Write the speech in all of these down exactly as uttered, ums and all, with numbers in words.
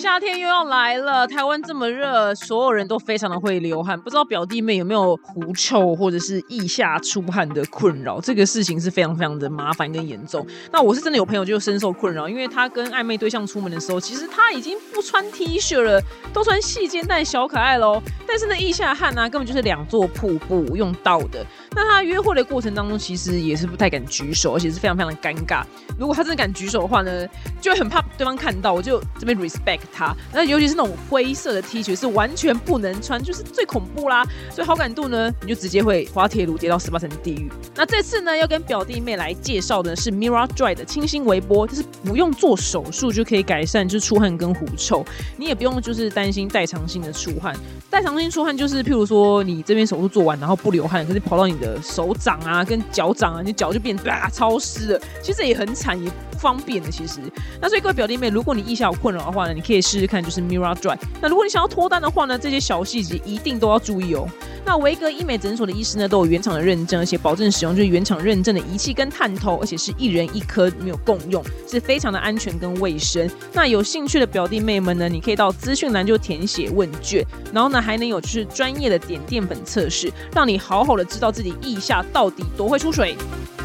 夏天又要来了，台湾这么热，所有人都非常的会流汗，不知道表弟妹有没有狐臭或者是腋下出汗的困扰？这个事情是非常非常的麻烦跟严重。那我是真的有朋友就深受困扰，因为他跟暧昧对象出门的时候，其实他已经不穿 T 恤了，都穿细肩带小可爱咯。但是呢，腋下汗啊，根本就是两座瀑布用倒的。那他约会的过程当中，其实也是不太敢举手，而且是非常非常的尴尬。如果他真的敢举手的话呢，就会很怕对方看到，我就这边 respect 他。那尤其是那种灰色的 T 恤是完全不能穿，就是最恐怖啦。所以好感度呢，你就直接会滑铁卢跌到十八层地狱。那这次呢，要跟表弟妹来介绍的是 Miradry 的清新微波，就是不用做手术就可以改善就是出汗跟狐臭，你也不用就是担心代偿性的出汗。代偿性出汗就是譬如说你这边手术做完然后不流汗，可是跑到你的手掌啊跟脚掌啊，你脚就变啊超湿了，其实也很惨也不方便的其实。那所以各位表弟妹，如果你腋下有困扰的话呢，你可以试试看就是 Miradry。那如果你想要脱单的话呢，这些小细节一定都要注意哦。那维格医美诊所的医师呢都有原厂的认证，而且保证使用就是原厂认证的仪器跟探头，而且是一人一颗没有共用，是非常的安全跟卫生。那有兴趣的表弟妹们呢，你可以到资讯栏就填写问卷，然后呢还能有就是专业的点淀粉测试，让你好好的知道自己腋下到底多会出水。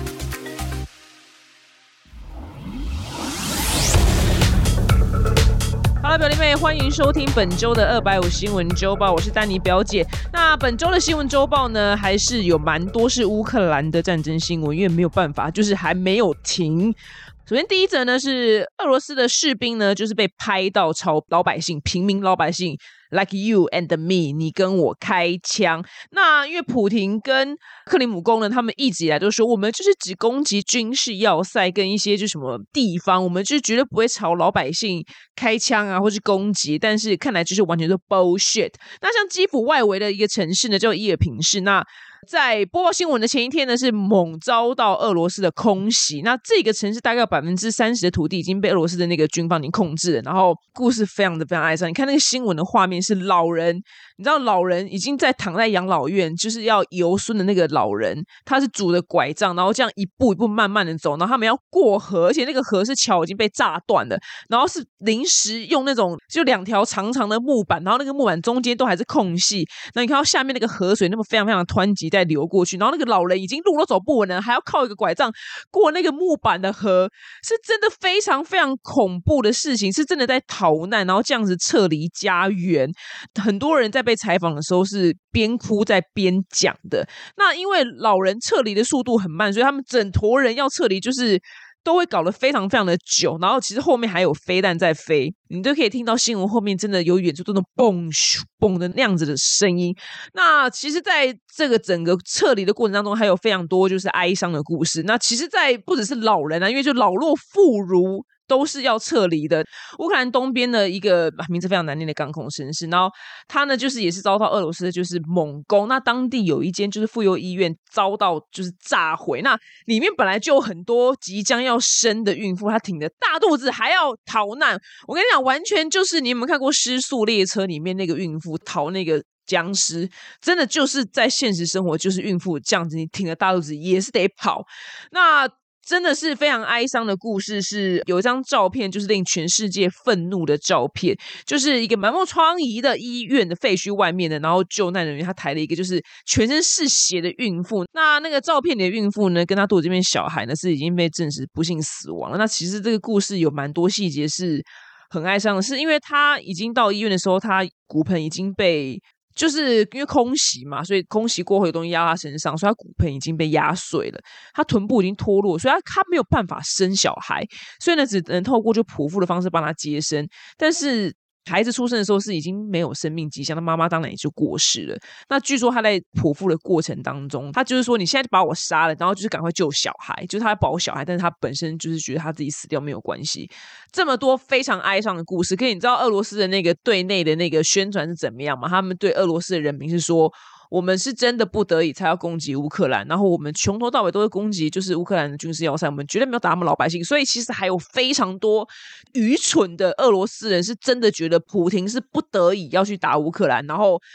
好了，表弟妹，欢迎收听本周的二百五新闻周报，我是丹妮表姐。那本周的新闻周报呢，还是有蛮多是乌克兰的战争新闻，因为没有办法，就是还没有停。首先第一则呢是俄罗斯的士兵呢，就是被拍到朝老百姓、平民老百姓 like you and me， 你跟我开枪。那因为普廷跟克里姆宫呢，他们一直以来都说，我们就是只攻击军事要塞跟一些就什么地方，我们就是绝对不会朝老百姓开枪啊，或是攻击。但是看来就是完全是 bullshit。那像基辅外围的一个城市呢，叫伊尔平市。那在播报新闻的前一天呢，是猛遭到俄罗斯的空袭。那这个城市大概有百分之三十的土地已经被俄罗斯的那个军方已经控制了。然后故事非常的非常哀伤，你看那个新闻的画面是老人，你知道老人已经在躺在养老院，就是要游孙的那个老人，他是拄着拐杖，然后这样一步一步慢慢的走，然后他们要过河，而且那个河是桥已经被炸断了，然后是临时用那种就两条长长的木板，然后那个木板中间都还是空隙，那你看到下面那个河水那么非常非常的湍急在流过去，然后那个老人已经路都走不稳了，还要靠一个拐杖过那个木板的河，是真的非常非常恐怖的事情，是真的在逃难，然后这样子撤离家园。很多人在被采访的时候是边哭在边讲的。那因为老人撤离的速度很慢，所以他们整坨人要撤离就是都会搞得非常非常的久，然后其实后面还有飞弹在飞，你都可以听到新闻后面真的有远处那种蹦咻蹦的那样子的声音。那其实在这个整个撤离的过程当中还有非常多就是哀伤的故事。那其实在不只是老人啊，因为就老弱妇孺都是要撤离的。乌克兰东边的一个名字非常难念的港口城市，然后它呢就是也是遭到俄罗斯的就是猛攻。那当地有一间就是妇幼医院遭到就是炸毁，那里面本来就有很多即将要生的孕妇，她挺着大肚子还要逃难。我跟你讲，完全就是你有没有看过《失速列车》里面那个孕妇逃那个僵尸，真的就是在现实生活就是孕妇这样子，你挺着大肚子也是得跑。那真的是非常哀伤的故事，是有一张照片就是令全世界愤怒的照片，就是一个满目疮痍的医院的废墟外面的，然后救难人员他抬了一个就是全身是血的孕妇。那那个照片里的孕妇呢，跟她肚子这边小孩呢是已经被证实不幸死亡了。那其实这个故事有蛮多细节是很哀伤的，是因为她已经到医院的时候，她骨盆已经被就是因为空袭嘛，所以空袭过后有东西压他身上，所以他骨盆已经被压碎了，他臀部已经脱落，所以他他没有办法生小孩，所以呢只能透过就剖腹的方式帮他接生。但是孩子出生的时候是已经没有生命迹象，那妈妈当然也就过世了。那据说他在剖腹的过程当中，他就是说你现在就把我杀了，然后就是赶快救小孩，就是他保小孩，但是他本身就是觉得他自己死掉没有关系。这么多非常哀伤的故事，可以你知道俄罗斯的那个对内的那个宣传是怎么样吗？他们对俄罗斯的人民是说，我们是真的不得已才要攻击乌克兰，然后我们从头到尾都会攻击就是乌克兰的军事要塞，我们绝对没有打他们老百姓。所以其实还有非常多愚蠢的俄罗斯人是真的觉得普廷是不得已要去打乌克兰，然后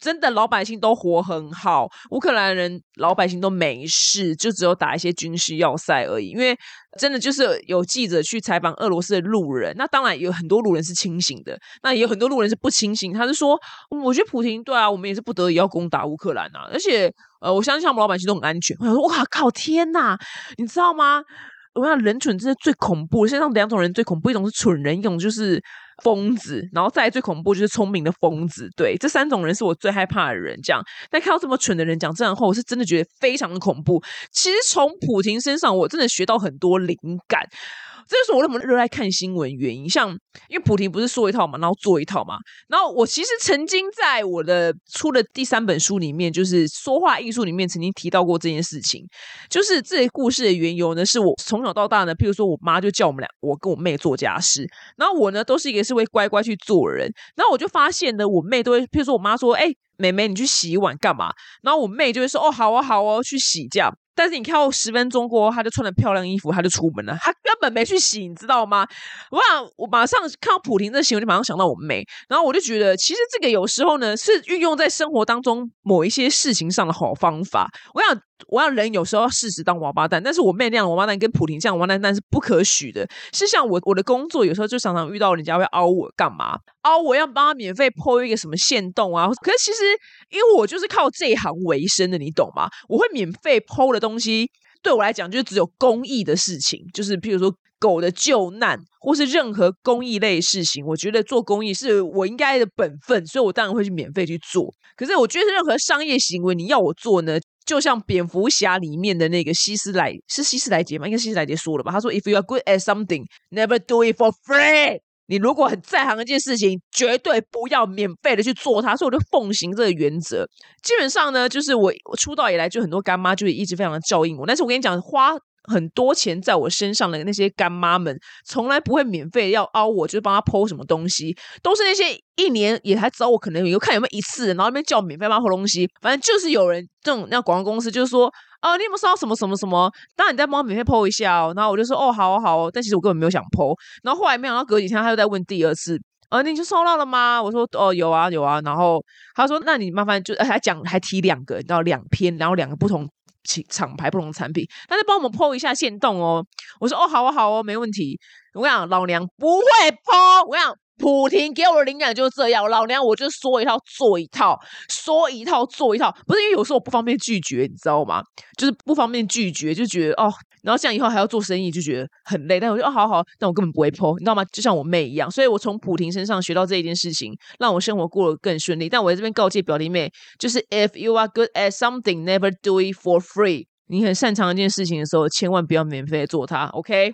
真的老百姓都活很好，乌克兰人老百姓都没事，就只有打一些军事要塞而已。因为真的就是有记者去采访俄罗斯的路人，那当然有很多路人是清醒的，那也有很多路人是不清醒。他是说，嗯、我觉得普丁对啊，我们也是不得已要攻打乌克兰啊，而且呃，我相信他们老百姓都很安全。我想说，哇靠，天哪，你知道吗？我想人蠢真的最恐怖，世界上两种人最恐怖，一种是蠢人，一种就是疯子，然后再来最恐怖就是聪明的疯子。对，这三种人是我最害怕的人。这样，但看到这么蠢的人讲这样的话，我是真的觉得非常的恐怖。其实从普廷身上，我真的学到很多灵感。这就是我为什么热爱看新闻原因。像因为普廷不是说一套嘛，然后做一套嘛。然后我其实曾经在我的出的第三本书里面，就是说话艺术里面曾经提到过这件事情。就是这个故事的缘由呢，是我从小到大呢，譬如说我妈就叫我们俩，我跟我妹做家事，然后我呢都是一个是会乖乖去做人。然后我就发现呢，我妹都会，譬如说我妈说，哎、欸，妹妹你去洗碗干嘛？然后我妹就会说，哦好哦好哦，去洗这样。但是你看到十分钟过后，他就穿了漂亮衣服，他就出门了，他根本没去洗，你知道吗？我想我马上看到普廷这行为，就马上想到我妹，然后我就觉得，其实这个有时候呢，是运用在生活当中某一些事情上的好方法。我想，我想人有时候要适时当王八蛋，但是我妹那样的王八蛋跟普廷这样的王八蛋是不可取的。是像我我的工作，有时候就常常遇到人家会凹我干嘛？凹我要帮他免费 po 一个什么限动啊？可是其实因为我就是靠这一行为生的，你懂吗？我会免费 po 的东西，对我来讲就只有公益的事情，就是譬如说狗的救难，或是任何公益类事情，我觉得做公益是我应该的本分，所以我当然会去免费去做。可是我觉得任何商业行为你要我做呢，就像蝙蝠侠里面的那个希斯莱，是希斯莱杰吗？应该希斯莱杰说了吧，他说 If you are good at something, never do it for free。你如果很在行一件事情，绝对不要免费的去做它，所以我就奉行这个原则。基本上呢，就是我我出道以来就很多干妈就一直非常的照应我，但是我跟你讲，花很多钱在我身上的那些干妈们，从来不会免费要凹我，就是帮他 po 什么东西，都是那些一年也还找我可能有看有没有一次，然后那边叫我免费帮他 po 东西，反正就是有人这种那广告公司就是说，哦，你有没有收到什么什么什么？当然你再帮我免费 po 一下哦。然后我就说，哦，好哦好哦，但其实我根本没有想 po。然后后来没想到隔几天他又在问第二次，呃，你就收到了吗？我说，哦，有啊有啊。然后他说，那你麻烦就还讲还提两个，然后两篇，然后两个不同厂牌不同产品，但是帮我们 po 一下限动哦。我说，哦，好哦好哦，没问题。我跟你讲，老娘不会 po。我跟你讲，普廷给我的灵感就是这样，老娘我就说一套做一套，说一套做一套。不是因为有时候我不方便拒绝，你知道吗？就是不方便拒绝，就觉得哦，然后这样以后还要做生意，就觉得很累。但我就哦，好好，但我根本不会 po， 你知道吗？就像我妹一样，所以我从普廷身上学到这一件事情，让我生活过得更顺利。但我在这边告诫表弟妹，就是 If you are good at something, never do it for free。你很擅长一件事情的时候，千万不要免费做它 ，OK？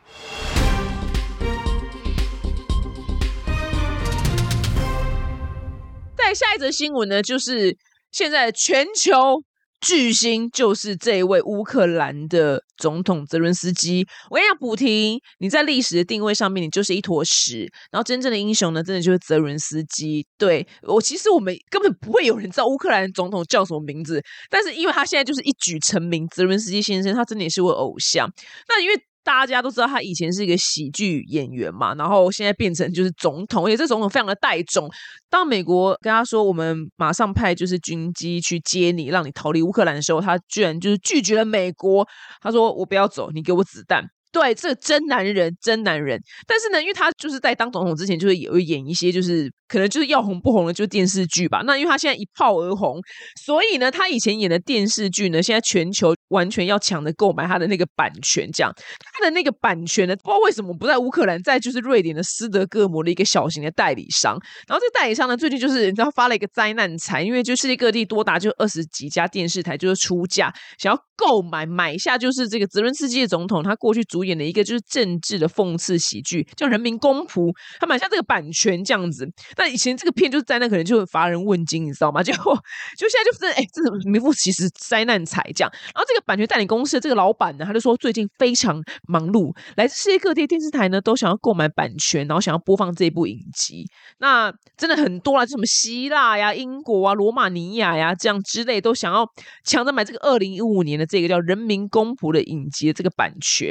再下一则新闻呢，就是现在全球巨星就是这一位乌克兰的总统泽伦斯基。我跟你讲，普廷，你在历史的定位上面，你就是一坨屎。然后真正的英雄呢，真的就是泽伦斯基。对，我其实我们根本不会有人知道乌克兰总统叫什么名字，但是因为他现在就是一举成名，泽伦斯基先生他真的也是我偶像。那因为大家都知道他以前是一个喜剧演员嘛，然后现在变成就是总统，而且这总统非常的带种。当美国跟他说我们马上派就是军机去接你，让你逃离乌克兰的时候，他居然就是拒绝了美国。他说我不要走，你给我子弹。对，这个真男人，真男人。但是呢，因为他就是在当总统之前，就会有演一些就是可能就是要红不红的，就是电视剧吧。那因为他现在一炮而红，所以呢，他以前演的电视剧呢，现在全球完全要抢着购买他的那个版权。这样，他的那个版权呢，不知道为什么不在乌克兰，在就是瑞典的斯德哥尔摩的一个小型的代理商。然后这个代理商呢，最近就是你知道发了一个灾难财，因为就世界各地多达就二十几家电视台就是出价想要购买买下，就是这个泽伦斯基的总统他过去主演的一个就是政治的讽刺喜剧叫《人民公仆》，他买下这个版权这样子。那以前这个片就是在那可能就乏人问津，你知道吗？就就现在就是哎，这是名副其实灾难财这样。然后这个版权代理公司的这个老板呢，他就说最近非常忙碌，来自世界各地的电视台呢都想要购买版权，然后想要播放这部影集。那真的很多啦，就什么希腊呀、英国啊、罗马尼亚呀这样之类，都想要抢着买这个二零一五年的这个叫《人民公仆》的影集的这个版权。那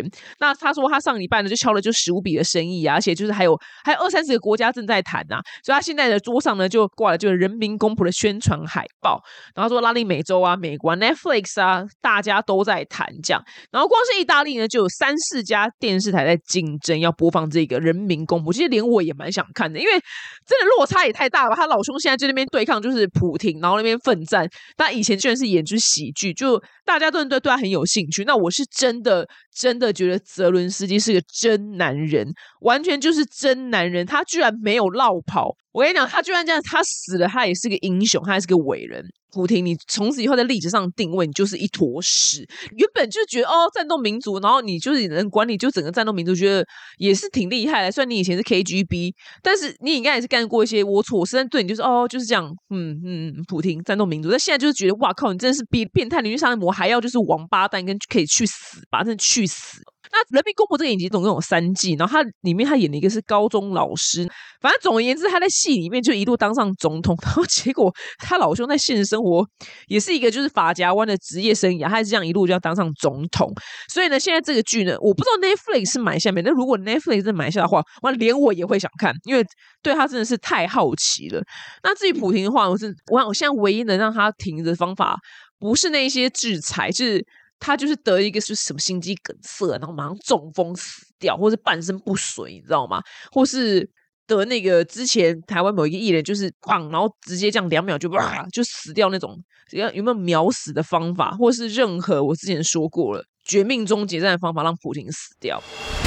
那他说他上礼拜呢就敲了就十五笔的生意啊，而且就是还有还有二三十个国家正在谈啊，所以他现在的桌上呢就挂了就是人民公仆的宣传海报，然后说拉丁美洲啊、美国啊、Netflix 啊，大家都在谈这样。然后光是意大利呢就有三四家电视台在竞争要播放这个人民公仆，其实连我也蛮想看的，因为真的落差也太大了吧。他老兄现在在那边对抗就是普廷，然后那边奋战，他以前居然是演就是喜剧，就大家都对对他很有兴趣。那我是真的真的觉得泽伦斯基是个真男人，完全就是真男人，他居然没有落跑。我跟你讲，他居然这样，他死了，他也是个英雄，他也是个伟人。普廷，你从此以后在历史上定位，你就是一坨屎。原本就觉得哦，战斗民族，然后你就是能管理就整个战斗民族，觉得也是挺厉害的。虽然你以前是 K G B， 但是你应该也是干过一些龌龊事，但对你就是哦，就是这样，嗯嗯，普廷战斗民族。但现在就是觉得，哇靠，你真的是比变态领域杀人魔还要就是王八蛋，跟可以去死吧，真的去死。那人民公仆这个影集总共有三季，然后他里面他演了一个是高中老师，反正总而言之他在戏里面就一路当上总统，然后结果他老兄在现实生活也是一个就是发夹弯的职业生涯，他是这样一路就要当上总统。所以呢现在这个剧呢我不知道 Netflix 是买下面，但如果 Netflix 是买下的话，哇，连我也会想看，因为对他真的是太好奇了。那至于普廷的话，我是我我现在唯一能让他停的方法不是那些制裁，就是他就是得一个是什么心肌梗塞，然后马上中风死掉，或是半身不遂，你知道吗？或是得那个之前台湾某一个艺人就是砰，然后直接这样两秒就哇就死掉那种，有没有秒死的方法，或是任何我之前说过了绝命终结战的方法让普廷死掉？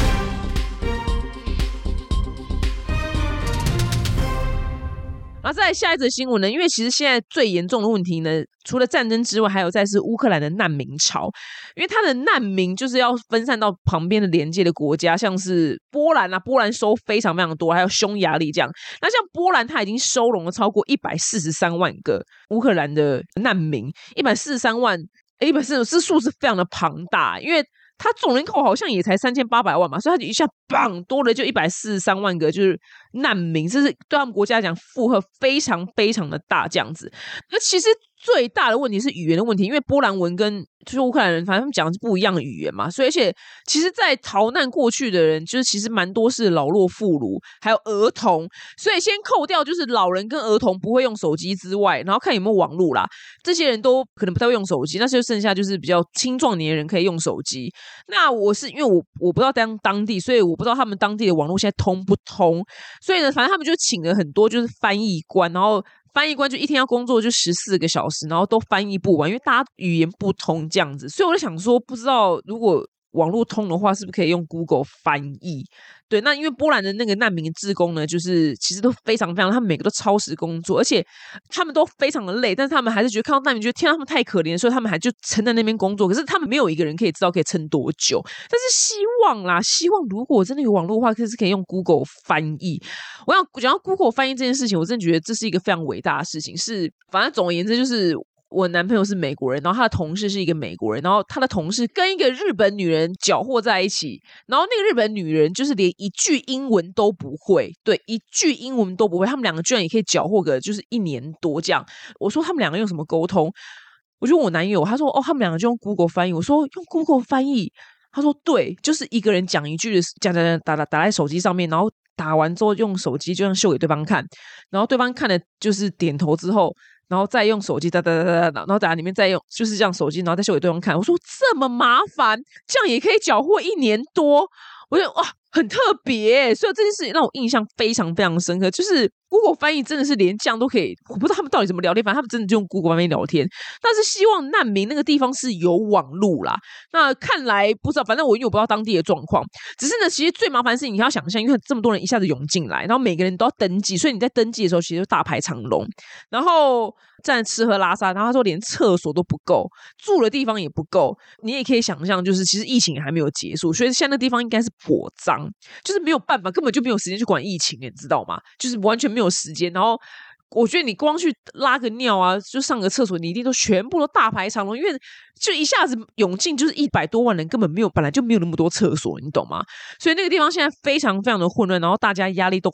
然后再来下一则新闻呢，因为其实现在最严重的问题呢，除了战争之外，还有再是乌克兰的难民潮，因为他的难民就是要分散到旁边的连接的国家，像是波兰啊，波兰收非常非常多，还有匈牙利这样。那像波兰，他已经收容了超过一百四十三万个乌克兰的难民，一百四十三万，一百四十这数字非常的庞大，因为他总人口好像也才三千八百万嘛，所以他就一下棒多了就一百四十三万个就是难民，这是对他们国家来讲负荷非常非常的大这样子。那其实最大的问题是语言的问题，因为波兰文跟就是乌克兰人反正他们讲的是不一样的语言嘛，所以而且其实在逃难过去的人就是其实蛮多是老弱妇孺还有儿童，所以先扣掉就是老人跟儿童不会用手机之外，然后看有没有网络啦，这些人都可能不太会用手机，那就剩下就是比较青壮年人可以用手机。那我是因为我我不知道当当地，所以我不知道他们当地的网络现在通不通，所以呢反正他们就请了很多就是翻译官，然后翻译官就一天要工作就十四个小时，然后都翻译不完，因为大家语言不通这样子。所以我就想说不知道如果网络通的话是不是可以用 Google 翻译。对，那因为波兰的那个难民志工呢就是其实都非常非常，他们每个都超时工作，而且他们都非常的累，但是他们还是觉得看到难民觉得天啊他们太可怜，所以他们还就撑在那边工作，可是他们没有一个人可以知道可以撑多久。但是希望啦，希望如果真的有网络的话，可是可以用 Google 翻译。我想讲到 Google 翻译这件事情，我真的觉得这是一个非常伟大的事情，是反正总而言之就是我男朋友是美国人，然后他的同事是一个美国人，然后他的同事跟一个日本女人搅和在一起，然后那个日本女人就是连一句英文都不会，对，一句英文都不会，他们两个居然也可以搅和个就是一年多这样。我说他们两个用什么沟通？我就问我男友，他说哦，他们两个就用 Google 翻译。我说用 Google 翻译？他说对，就是一个人讲一句的，讲讲讲打打打在手机上面，然后打完之后用手机就这样秀给对方看，然后对方看了就是点头之后，然后再用手机哒哒哒哒，然后打里面再用就是这样手机，然后再秀给对方看。我说这么麻烦，这样也可以缴获一年多，我就哇很特别，所以这件事情让我印象非常非常深刻。就是 Google 翻译真的是连这样都可以，我不知道他们到底怎么聊天，反正他们真的就用 Google 翻译聊天。但是希望难民那个地方是有网路啦。那看来不知道，反正我因为我不知道当地的状况。只是呢，其实最麻烦的是你要想象，因为这么多人一下子涌进来，然后每个人都要登记，所以你在登记的时候其实就大排长龙，然后站吃喝拉撒，然后他说连厕所都不够，住的地方也不够。你也可以想象，就是其实疫情也还没有结束，所以现在那地方应该是颇脏，就是没有办法，根本就没有时间去管疫情，你知道吗？就是完全没有时间。然后我觉得你光去拉个尿啊，就上个厕所，你一定都全部都大排长龙，因为就一下子涌进就是一百多万人，根本没有，本来就没有那么多厕所，你懂吗？所以那个地方现在非常非常的混乱，然后大家压力都很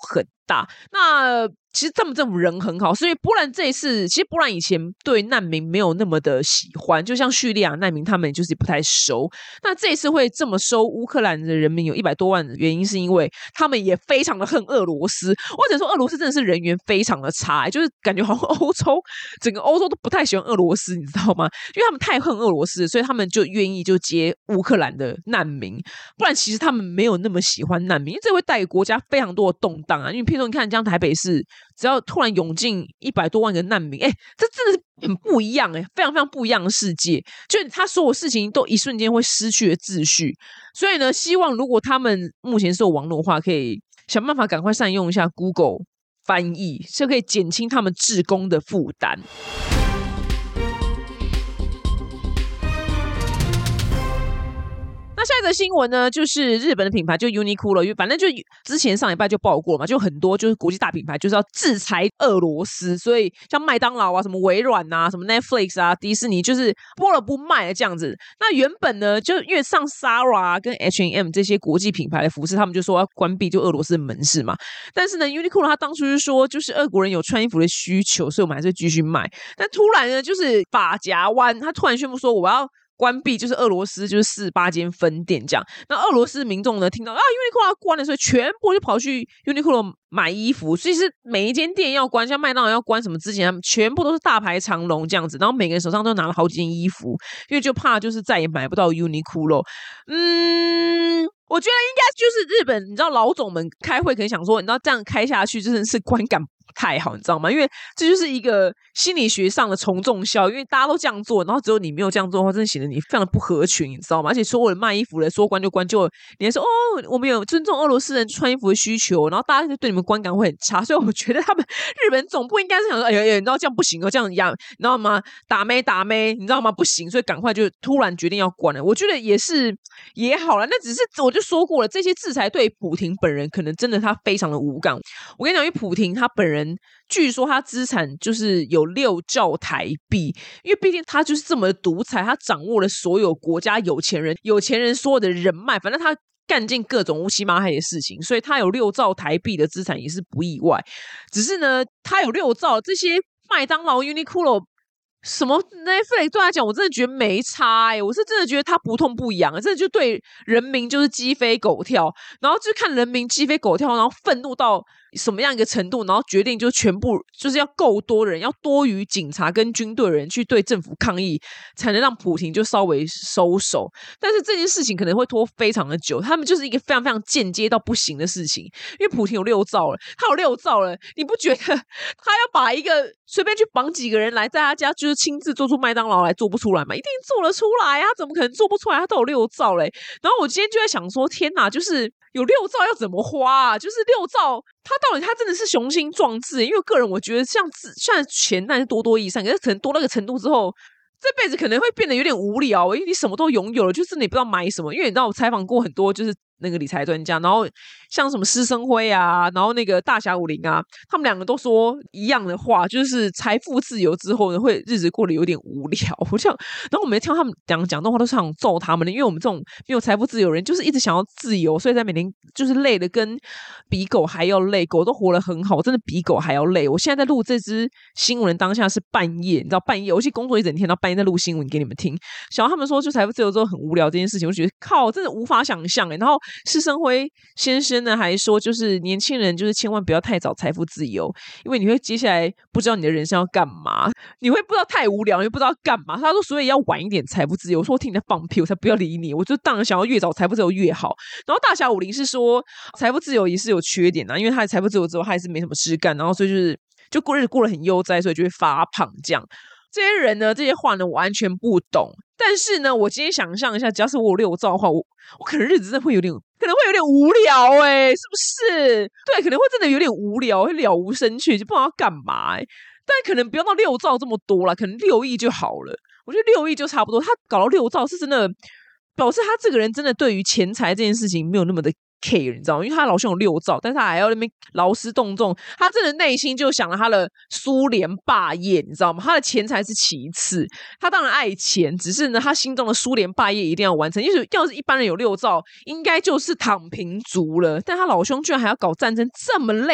大。那其实他们政府人很好，所以波兰这一次，其实波兰以前对难民没有那么的喜欢，就像叙利亚难民他们就是不太收。那这一次会这么收乌克兰的人民有一百多万的原因，是因为他们也非常的恨俄罗斯。我只能说俄罗斯真的是人缘非常的差，就是感觉好像欧洲整个欧洲都不太喜欢俄罗斯，你知道吗？因为他们太恨俄罗斯，所以他们就愿意就接乌克兰的难民。不然其实他们没有那么喜欢难民，因为这会带给国家非常多的动荡啊。因为譬如说你看，像台北市只要突然涌进一百多万个难民，哎，这真的是很不一样，哎，非常非常不一样的世界。就他所有事情都一瞬间会失去了秩序。所以呢，希望如果他们目前是有网络的话，可以想办法赶快善用一下 Google 翻译，就可以减轻他们志工的负担。那下一则新闻呢，就是日本的品牌就 Uniqlo， 因为反正就之前上礼拜就报过嘛，就很多就是国际大品牌就是要制裁俄罗斯，所以像麦当劳啊、什么微软啊、什么 Netflix 啊、迪士尼就是播了不卖了这样子。那原本呢，就因为上 Zara 啊跟 H and M 这些国际品牌的服饰，他们就说要关闭就俄罗斯的门市嘛。但是呢 Uniqlo 他当初就说，就是俄国人有穿衣服的需求，所以我们还是继续卖。但突然呢，就是发夹湾，他突然宣布说我要关闭就是俄罗斯就是四十八间分店这样。那俄罗斯民众呢听到啊 Uniqlo 要关了，所以全部就跑去 Uniqlo 买衣服。所以是每一间店要关，像麦当劳要关什么之前，他们全部都是大排长龙这样子，然后每个人手上都拿了好几件衣服，因为就怕就是再也买不到 Uniqlo。嗯。我觉得应该就是日本，你知道老总们开会可能想说，你知道这样开下去真的是观感不太好，你知道吗？因为这就是一个心理学上的从众效，因为大家都这样做，然后只有你没有这样做的话，真的显得你非常的不合群，你知道吗？而且所有人卖衣服的说关就关，就你还说哦，我们有尊重俄罗斯人穿衣服的需求，然后大家就对你们观感会很差。所以我觉得他们日本总部应该是想说，哎呀，你知道这样不行哦，这样一样，你知道吗？打妹打妹，你知道吗？不行，所以赶快就突然决定要关了。我觉得也是也好了，那只是我就说过了，这些制裁对普亭本人可能真的他非常的无感。我跟你讲，因为普亭他本人据说他资产就是有六兆台币，因为毕竟他就是这么独裁，他掌握了所有国家有钱人有钱人所有的人脉，反正他干尽各种乌漆麻黑的事情，所以他有六兆台币的资产也是不意外。只是呢，他有六兆，这些麦当劳 Uniqlo什么 Netflix 对他讲，我真的觉得没差欸，我是真的觉得他不痛不痒，真的就对人民就是鸡飞狗跳，然后就看人民鸡飞狗跳，然后愤怒到什么样一个程度，然后决定就全部就是要够多人，要多于警察跟军队人去对政府抗议，才能让普亭就稍微收手。但是这件事情可能会拖非常的久，他们就是一个非常非常间接到不行的事情。因为普亭有六兆了，他有六兆了，你不觉得他要把一个随便去绑几个人来在他家就是亲自做出麦当劳来做不出来吗？一定做得出来啊，他怎么可能做不出来？他都有六兆嘞。然后我今天就在想说，天哪，就是有六兆要怎么花啊？就是六兆，他到底他真的是雄心壮志？因为个人我觉得像像钱那是多多益善，可是可能多那个程度之后，这辈子可能会变得有点无聊，因为你什么都拥有了，就是你不知道买什么。因为你知道我采访过很多就是那个理财专家，然后像什么施生辉啊，然后那个大侠武林啊，他们两个都说一样的话，就是财富自由之后呢，会日子过得有点无聊。我这样，然后我每天听他们两个讲的话，都是想揍他们的，因为我们这种没有财富自由的人，就是一直想要自由，所以在每天就是累的跟比狗还要累。狗都活得很好，真的比狗还要累。我现在在录这支新闻当下是半夜，你知道半夜，我去工作一整天，到半夜在录新闻给你们听。想要他们说就财富自由之后很无聊这件事情，我觉得靠，真的无法想象欸。然后施生辉先生呢还说，就是年轻人就是千万不要太早财富自由，因为你会接下来不知道你的人生要干嘛，你会不知道太无聊，你会不知道干嘛。他说所以要晚一点财富自由。我说我听你在放屁，我才不要理你。我就当然想要越早财富自由越好。然后大侠武林是说财富自由也是有缺点啊，因为他的财富自由之后他还是没什么事干，然后所以就是就过日子过得很悠哉，所以就会发胖这样。这些人呢，这些话呢，我完全不懂。但是呢，我今天想象一下，只要是我有六兆的话，我我可能日子真的会有点，可能会有点无聊哎、欸，是不是？对，可能会真的有点无聊，会了无生趣，就不知道要干嘛哎、欸。但可能不要到六兆这么多啦，可能六亿就好了。我觉得六亿就差不多。他搞到六兆是真的，表示他这个人真的对于钱财这件事情没有那么的care， 你知道吗？因为他老兄有六兆，但是他还要那边劳师动众，他真的内心就想了他的苏联霸业，你知道吗？他的钱财是其次，他当然爱钱，只是呢，他心中的苏联霸业一定要完成。因为要是一般人有六兆，应该就是躺平族了，但他老兄居然还要搞战争，这么累。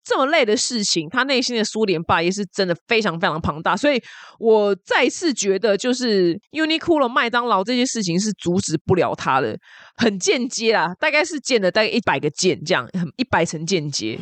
这么累的事情，他内心的苏联霸业是真的非常非常庞大，所以我再次觉得就是 Uniqlo 麦当劳这些事情是阻止不了他的，很间接啦，大概是建了大概一百个键这样，一百层间接。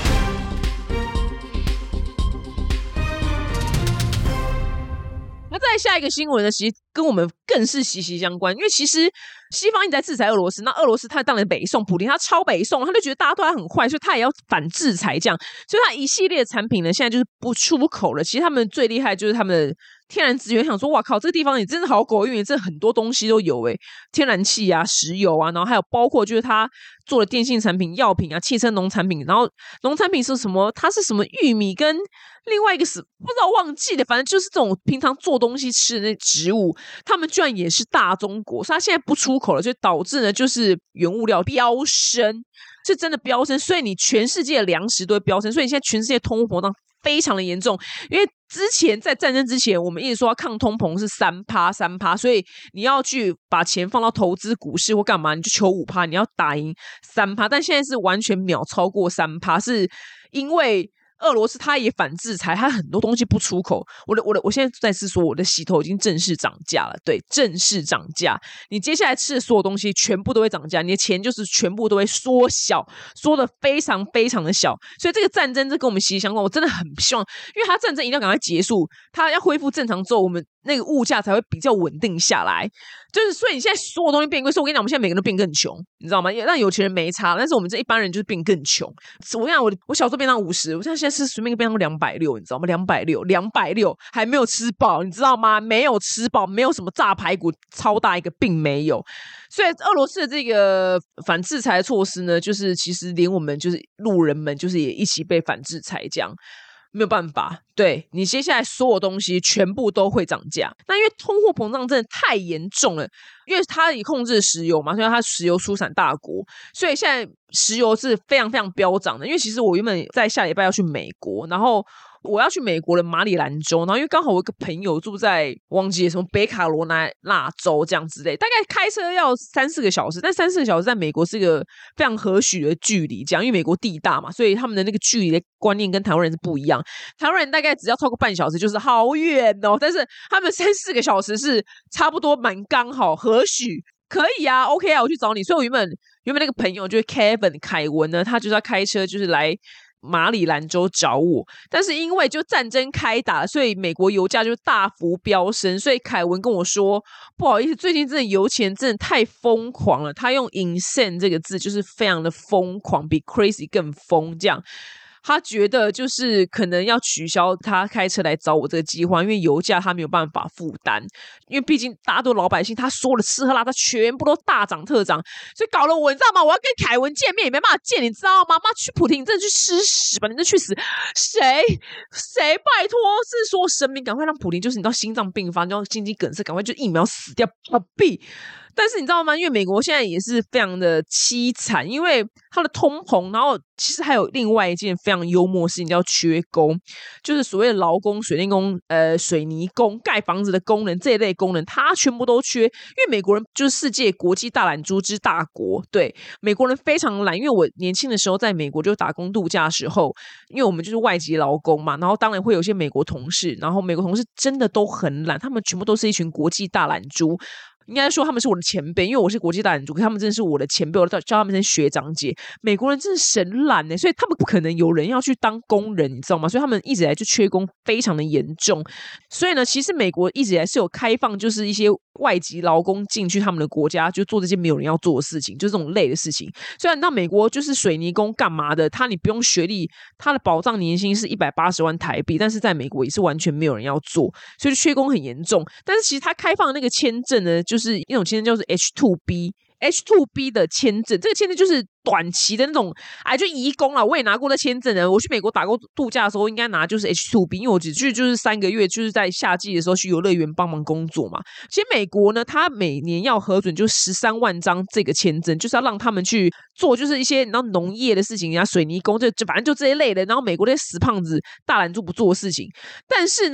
那再下一个新闻呢，其实跟我们更是息息相关，因为其实西方一直在制裁俄罗斯，那俄罗斯他当然北宋，普丁他超北宋，他就觉得大家对他很坏，所以他也要反制裁这样，所以他一系列的产品呢，现在就是不出口了。其实他们最厉害就是他们的天然资源，想说哇靠，这个地方也真的好狗运，这很多东西都有诶，天然气啊、石油啊，然后还有包括就是他做的电信产品、药品啊、汽车、农产品，然后农产品是什么？它是什么玉米跟另外一个是不知道忘记的，反正就是这种平常做东西吃的那植物，他们居然也是大中国，所以他现在不出口了，就导致呢就是原物料飙升，是真的飙升，所以你全世界的粮食都会飙升，所以现在全世界通货膨胀非常的严重，因为之前在战争之前，我们一直说要抗通膨是三趴三趴，所以你要去把钱放到投资股市或干嘛，你就求五趴，你要打赢三趴，但现在是完全秒超过三趴，是因为俄罗斯它也反制裁，它很多东西不出口。我的我的我现在再次说，我的洗头已经正式涨价了，对，正式涨价。你接下来吃的所有东西全部都会涨价，你的钱就是全部都会缩小，缩的非常非常的小。所以这个战争这跟我们息息相关，我真的很希望，因为它战争一定要赶快结束，它要恢复正常之后，我们那个物价才会比较稳定下来。就是所以你现在所有东西变贵，所以我跟你讲，我们现在每个人都变更穷，你知道吗？让有钱人没差，但是我们这一般人就是变更穷。我跟你讲，我我小时候便当五十，我现在现在是随便一个便当两百六，你知道吗？两百六，两百六还没有吃饱，你知道吗？没有吃饱，没有什么炸排骨超大一个，并没有。所以俄罗斯的这个反制裁的措施呢，就是其实连我们就是路人们，就是也一起被反制裁这样。没有办法，对，你接下来所有东西全部都会涨价。那因为通货膨胀真的太严重了，因为它也控制石油嘛，所以它石油出产大国，所以现在石油是非常非常飙涨的。因为其实我原本在下礼拜要去美国，然后我要去美国的马里兰州，然后因为刚好我有一个朋友住在忘记什么北卡罗来纳州这样之类，大概开车要三四个小时，但三四个小时在美国是一个非常合许的距离，这样因为美国地大嘛，所以他们的那个距离的观念跟台湾人是不一样。台湾人大概只要超过半小时就是好远哦，但是他们三四个小时是差不多蛮刚好合许。可以啊 ，OK 啊，我去找你。所以我原本原本那个朋友就是 Kevin 凯文呢，他就是要开车就是来马里兰州找我，但是因为就战争开打，所以美国油价就大幅飙升，所以凯文跟我说不好意思，最近真的油钱真的太疯狂了，他用 insane 这个字就是非常的疯狂，比 crazy 更疯这样。他觉得就是可能要取消他开车来找我这个计划，因为油价他没有办法负担，因为毕竟大家都老百姓，他说了吃喝拉撒全部都大涨特涨，所以搞了我你知道吗？我要跟凯文见面也没办法见，你知道吗？妈去普廷，你真的去吃屎吧，你真的去死！谁谁拜托是说神明赶快让普廷就是你知道心脏病发，你知道心肌梗塞，赶快就疫苗死掉，何必？但是你知道吗？因为美国现在也是非常的凄惨，因为它的通膨，然后其实还有另外一件非常幽默的事情叫缺工，就是所谓的劳工、水电工、呃水泥工、盖房子的工人这一类工人，他全部都缺。因为美国人就是世界国际大懒猪之大国，对美国人非常懒。因为我年轻的时候在美国就打工度假的时候，因为我们就是外籍劳工嘛，然后当然会有一些美国同事，然后美国同事真的都很懒，他们全部都是一群国际大懒猪。应该说他们是我的前辈，因为我是国际大懒猪，可他们真的是我的前辈，我叫他们是学长姐。美国人真的神懒欸，所以他们不可能有人要去当工人，你知道吗？所以他们一直以来就缺工非常的严重。所以呢，其实美国一直以来是有开放，就是一些外籍劳工进去他们的国家，就做这些没有人要做的事情，就这种累的事情。虽然到美国就是水泥工干嘛的，他你不用学历，他的保障年薪是一百八十万台币，但是在美国也是完全没有人要做，所以缺工很严重。但是其实他开放的那个签证呢，就就是一种签证叫做 H 二 B。H 二 B 的签证，这个签证就是短期的那种，哎，就移工啦。我也拿过那签证呢。我去美国打工度假的时候，应该拿就是 H 二 B， 因为我只去就是三个月，就是在夏季的时候去游乐园帮忙工作嘛。其实美国呢，它每年要核准就十三万张这个签证，就是要让他们去做就是一些你知道农业的事情啊，水泥工就就反正就这一类的。然后美国那些死胖子大懒猪不做的事情，但是呢。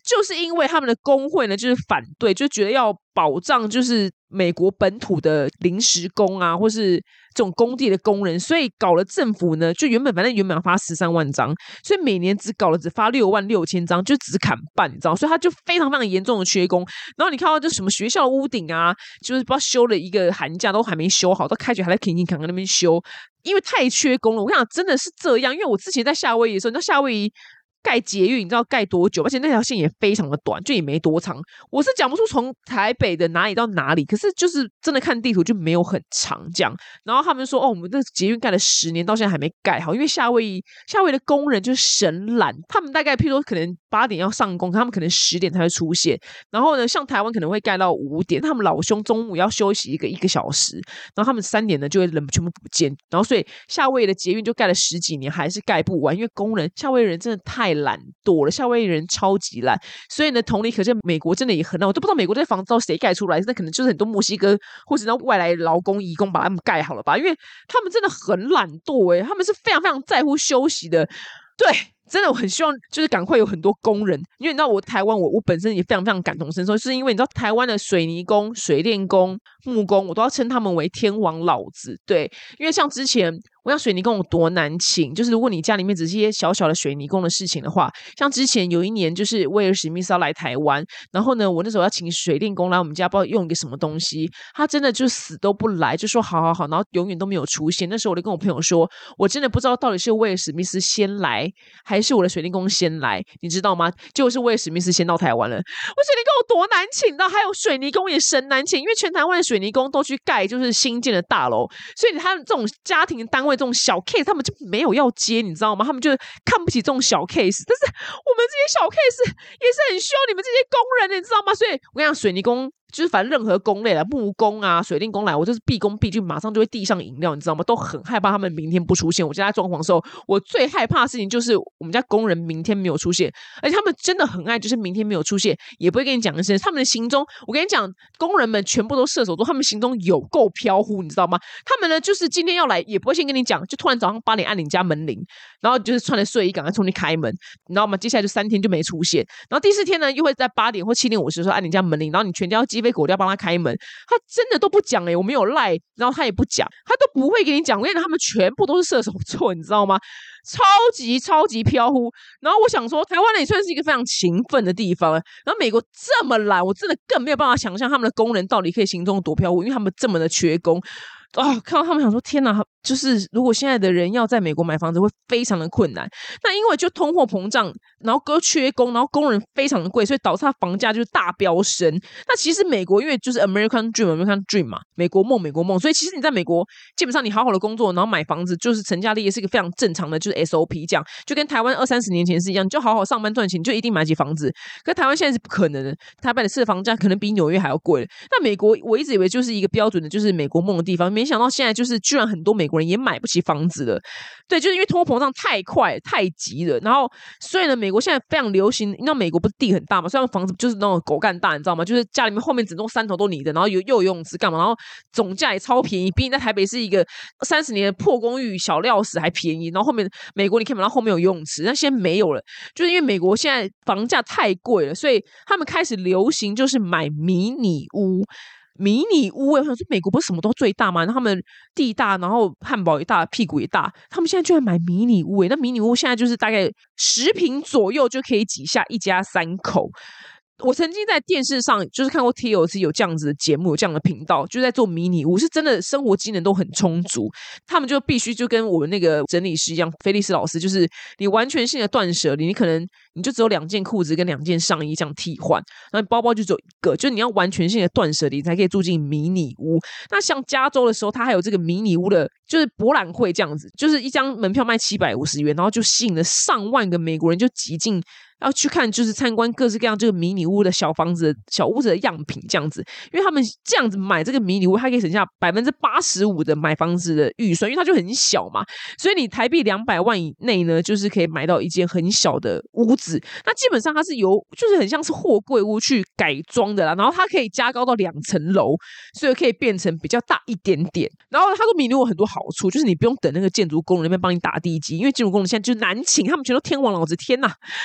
就是因为他们的工会呢就是反对，就觉得要保障就是美国本土的临时工啊，或是这种工地的工人，所以搞了政府呢就原本反正原本要发十三万张，所以每年只搞了只发六万六千张，就只砍半，你知道，所以他就非常非常严重的缺工。然后你看到就什么学校的屋顶啊，就是不知道修了一个寒假都还没修好，到开学还在勤勤恳恳那边修，因为太缺工了。我跟你讲真的是这样，因为我之前在夏威夷的时候，你知道夏威夷盖捷运你知道盖多久，而且那条线也非常的短，就也没多长。我是讲不出从台北的哪里到哪里，可是就是真的看地图就没有很长这样。然后他们说哦，我们这捷运盖了十年到现在还没盖好，因为夏威夷夏威夷的工人就是神懒，他们大概譬如说可能八点要上工，他们可能十点才会出现。然后呢像台湾可能会盖到五点，他们老兄中午要休息一个一个小时，然后他们三点呢就会人全部不见。然后所以夏威夷的捷运就盖了十几年还是盖不完，因为工人夏威夷人真的太懒惰了，夏威夷人超级懒。所以呢同理可见美国真的也很懒，我都不知道美国这些房子到底谁盖出来，那可能就是很多墨西哥或者那外来劳工移工把他们盖好了吧，因为他们真的很懒惰耶，他们是非常非常在乎休息的。对，真的我很希望就是赶快有很多工人，因为你知道我台湾我我本身也非常非常感同身受，是因为你知道台湾的水泥工、水电工、木工，我都要称他们为天王老子。对，因为像之前我想水泥工有多难请，就是如果你家里面只是一些小小的水泥工的事情的话，像之前有一年就是威尔史密斯要来台湾，然后呢我那时候要请水电工来我们家不知道用一个什么东西，他真的就死都不来，就说好好好，然后永远都没有出现。那时候我就跟我朋友说，我真的不知道到底是威尔史密斯先来还是我的水电工先来，你知道吗？结果是威尔史密斯先到台湾了。我水泥工有多难请到，还有水泥工也神难请，因为全台湾的水泥工都去盖就是新建的大楼，所以他们这种家庭单位这种小 case 他们就没有要接，你知道吗？他们就看不起这种小 case， 但是我们这些小 case 也是很需要你们这些工人的，你知道吗？所以我跟你讲水泥工就是反正任何工类啦，木工啊水电工来，我就是毕恭毕敬马上就会递上饮料，你知道吗？都很害怕他们明天不出现。我家在装潢的时候我最害怕的事情就是我们家工人明天没有出现，而且他们真的很爱就是明天没有出现也不会跟你讲一声，他们的行踪我跟你讲工人们全部都射手座，他们行踪有够飘忽，你知道吗？他们呢就是今天要来也不会先跟你讲，就突然早上八点按你家门铃，然后就是穿着睡衣赶快冲去开门，你知道吗？接下来就三天就没出现，然后第四天呢又会在八点或七点五十的时候按你家门铃，然后你全家要鸡飞狗跳帮他开门，他真的都不讲耶、欸、我没有赖，然后他也不讲，他都不会给你讲，因为他们全部都是射手座，你知道吗？超级超级飘忽。然后我想说台湾呢也算是一个非常勤奋的地方了，然后美国这么懒，我真的更没有办法想象他们的工人到底可以行踪多飘忽，因为他们这么的缺工哦，看到他们想说天哪，就是如果现在的人要在美国买房子会非常的困难。那因为就通货膨胀，然后哥缺工，然后工人非常的贵，所以导致他房价就是大飙升。那其实美国因为就是 American Dream American Dream 嘛，美国梦美国梦，所以其实你在美国基本上你好好的工作然后买房子就是成家立业是一个非常正常的就是 S O P， 这样就跟台湾二三十年前是一样，你就好好上班赚钱就一定买起房子。可是台湾现在是不可能的，台北的市房价可能比纽约还要贵了。那美国我一直以为就是一个标准的就是美国梦的地方，没想到现在就是居然很多美国人也买不起房子了。对，就是因为通货膨胀太快太急了，然后所以呢美国现在非常流行，你知道美国不是地很大嘛，虽然房子就是那种狗干大，你知道吗？就是家里面后面整栋三头都你的，然后有又有游泳池干嘛，然后总价也超便宜，比你在台北是一个三十年的破公寓小料死还便宜。然后后面美国你可以买到后面有游泳池，但现在没有了，就是因为美国现在房价太贵了，所以他们开始流行就是买迷你屋。迷你屋、欸、我想说美国不是什么都最大吗？然后他们地大，然后汉堡也大，屁股也大，他们现在居然买迷你屋、欸、那迷你屋现在就是大概十坪左右就可以挤下一家三口。我曾经在电视上就是看过 T L C 有这样子的节目，有这样的频道，就在做迷你屋，是真的生活机能都很充足。他们就必须就跟我们那个整理师一样，菲利斯老师，就是你完全性的断舍离，你可能你就只有两件裤子跟两件上衣这样替换，然后包包就只有一个，就你要完全性的断舍离才可以住进迷你屋。那像加州的时候，它还有这个迷你屋的就是博览会这样子，就是一张门票卖七百五十元，然后就吸引了上万个美国人就挤进要去看，就是参观各式各样这个迷你屋的小房子小屋子的样品这样子。因为他们这样子买这个迷你屋，它可以省下百分之八十五的买房子的预算，因为它就很小嘛，所以你台币两百万以内呢就是可以买到一间很小的屋子。那基本上它是由就是很像是货柜屋去改装的啦，然后它可以加高到两层楼，所以可以变成比较大一点点。然后它说迷你屋有很多好处，就是你不用等那个建筑工人那边帮你打地基，因为建筑工人现在就难请，他们全都天王老子，天哪，台湾的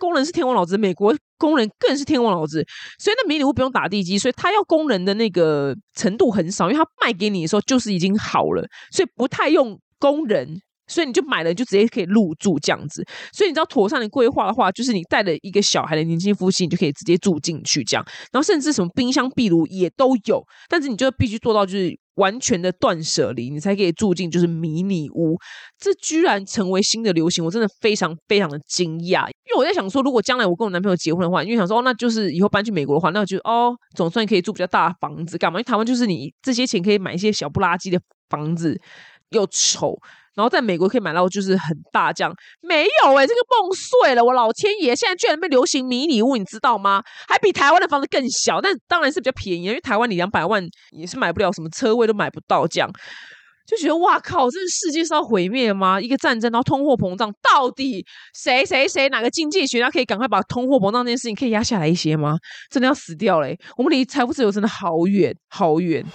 工人是天王老子，美国工人更是天王老子，所以那迷你屋不用打地基，所以他要工人的那个程度很少，因为他卖给你的时候就是已经好了，所以不太用工人。所以你就买了就直接可以入住这样子，所以你知道妥善的规划的话，就是你带了一个小孩的年轻夫妻，你就可以直接住进去这样，然后甚至什么冰箱壁炉也都有，但是你就必须做到就是完全的断舍离，你才可以住进就是迷你屋。这居然成为新的流行，我真的非常非常的惊讶。因为我在想说，如果将来我跟我男朋友结婚的话，因为想说、哦、那就是以后搬去美国的话，那就哦总算可以住比较大的房子干嘛，因为台湾就是你这些钱可以买一些小不拉几的房子，又丑，然后在美国可以买到就是很大这样。没有欸，这个梦碎了，我老天爷，现在居然被流行迷你屋，你知道吗？还比台湾的房子更小，但当然是比较便宜，因为台湾你两百万也是买不了，什么车位都买不到这样。就觉得哇靠，这个世界是要毁灭吗？一个战争，然后通货膨胀，到底谁谁谁哪个经济学家可以赶快把通货膨胀这件事情可以压下来一些吗？真的要死掉了欸，我们离财富自由真的好远好远。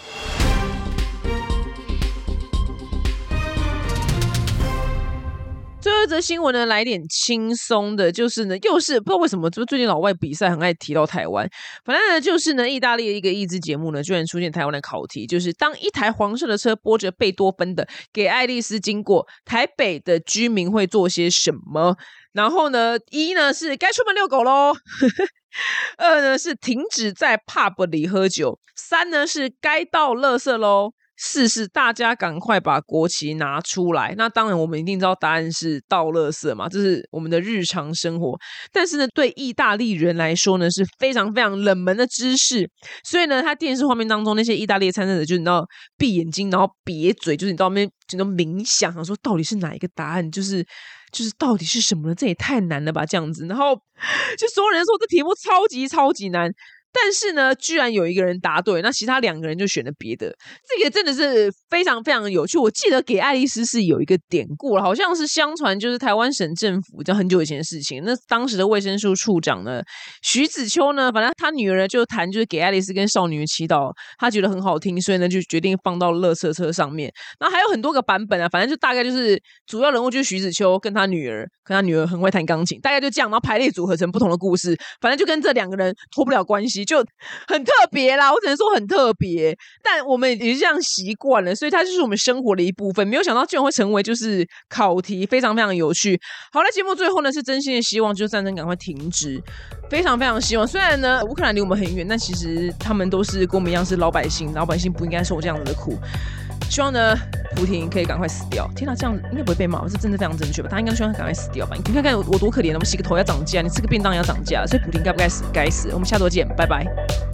最后一则新闻呢，来点轻松的，就是呢，又是不知道为什么，最近老外比赛很爱提到台湾。反正呢，就是呢，意大利的一个益智节目呢，居然出现台湾的考题，就是当一台黄色的车播着贝多芬的《给爱丽丝》经过，台北的居民会做些什么？然后呢，一呢是该出门遛狗咯二呢是停止在 pub 里喝酒，三呢是该倒垃圾咯，四是大家赶快把国旗拿出来。那当然我们一定知道答案是倒垃圾嘛，这是我们的日常生活。但是呢，对意大利人来说呢，是非常非常冷门的知识。所以呢，他电视画面当中那些意大利的参赛者，就是你知道闭眼睛，然后瘪嘴，就是你到那边就都冥想，想说到底是哪一个答案，就是就是到底是什么呢？这也太难了吧，这样子。然后就所有人说这题目超级超级难。但是呢，居然有一个人答对，那其他两个人就选了别的。这个真的是非常非常有趣。我记得给爱丽丝是有一个典故了，好像是相传就是台湾省政府在很久以前的事情。那当时的卫生署处长呢，徐子秋呢，反正他女儿就弹就是给爱丽丝跟少女的祈祷，他觉得很好听，所以呢就决定放到垃圾车上面。然后还有很多个版本啊，反正就大概就是主要人物就是徐子秋跟他女儿，跟他女儿很会弹钢琴，大概就这样，然后排列组合成不同的故事，反正就跟这两个人脱不了关系。就很特别啦，我只能说很特别，但我们也是这样习惯了，所以它就是我们生活的一部分。没有想到居然会成为就是考题，非常非常有趣。好了，节目最后呢是真心的希望就是战争赶快停止，非常非常希望。虽然呢乌克兰离我们很远，但其实他们都是跟我们一样是老百姓，老百姓不应该受这样子的苦。希望呢普丁可以赶快死掉。天哪，这样应该不会被骂，这真的非常正确吧？他应该希望他赶快死掉吧？你看看我多可怜，我们洗个头要涨价，你吃个便当也要涨价，所以普丁该不该死？该死。我们下周见，拜拜。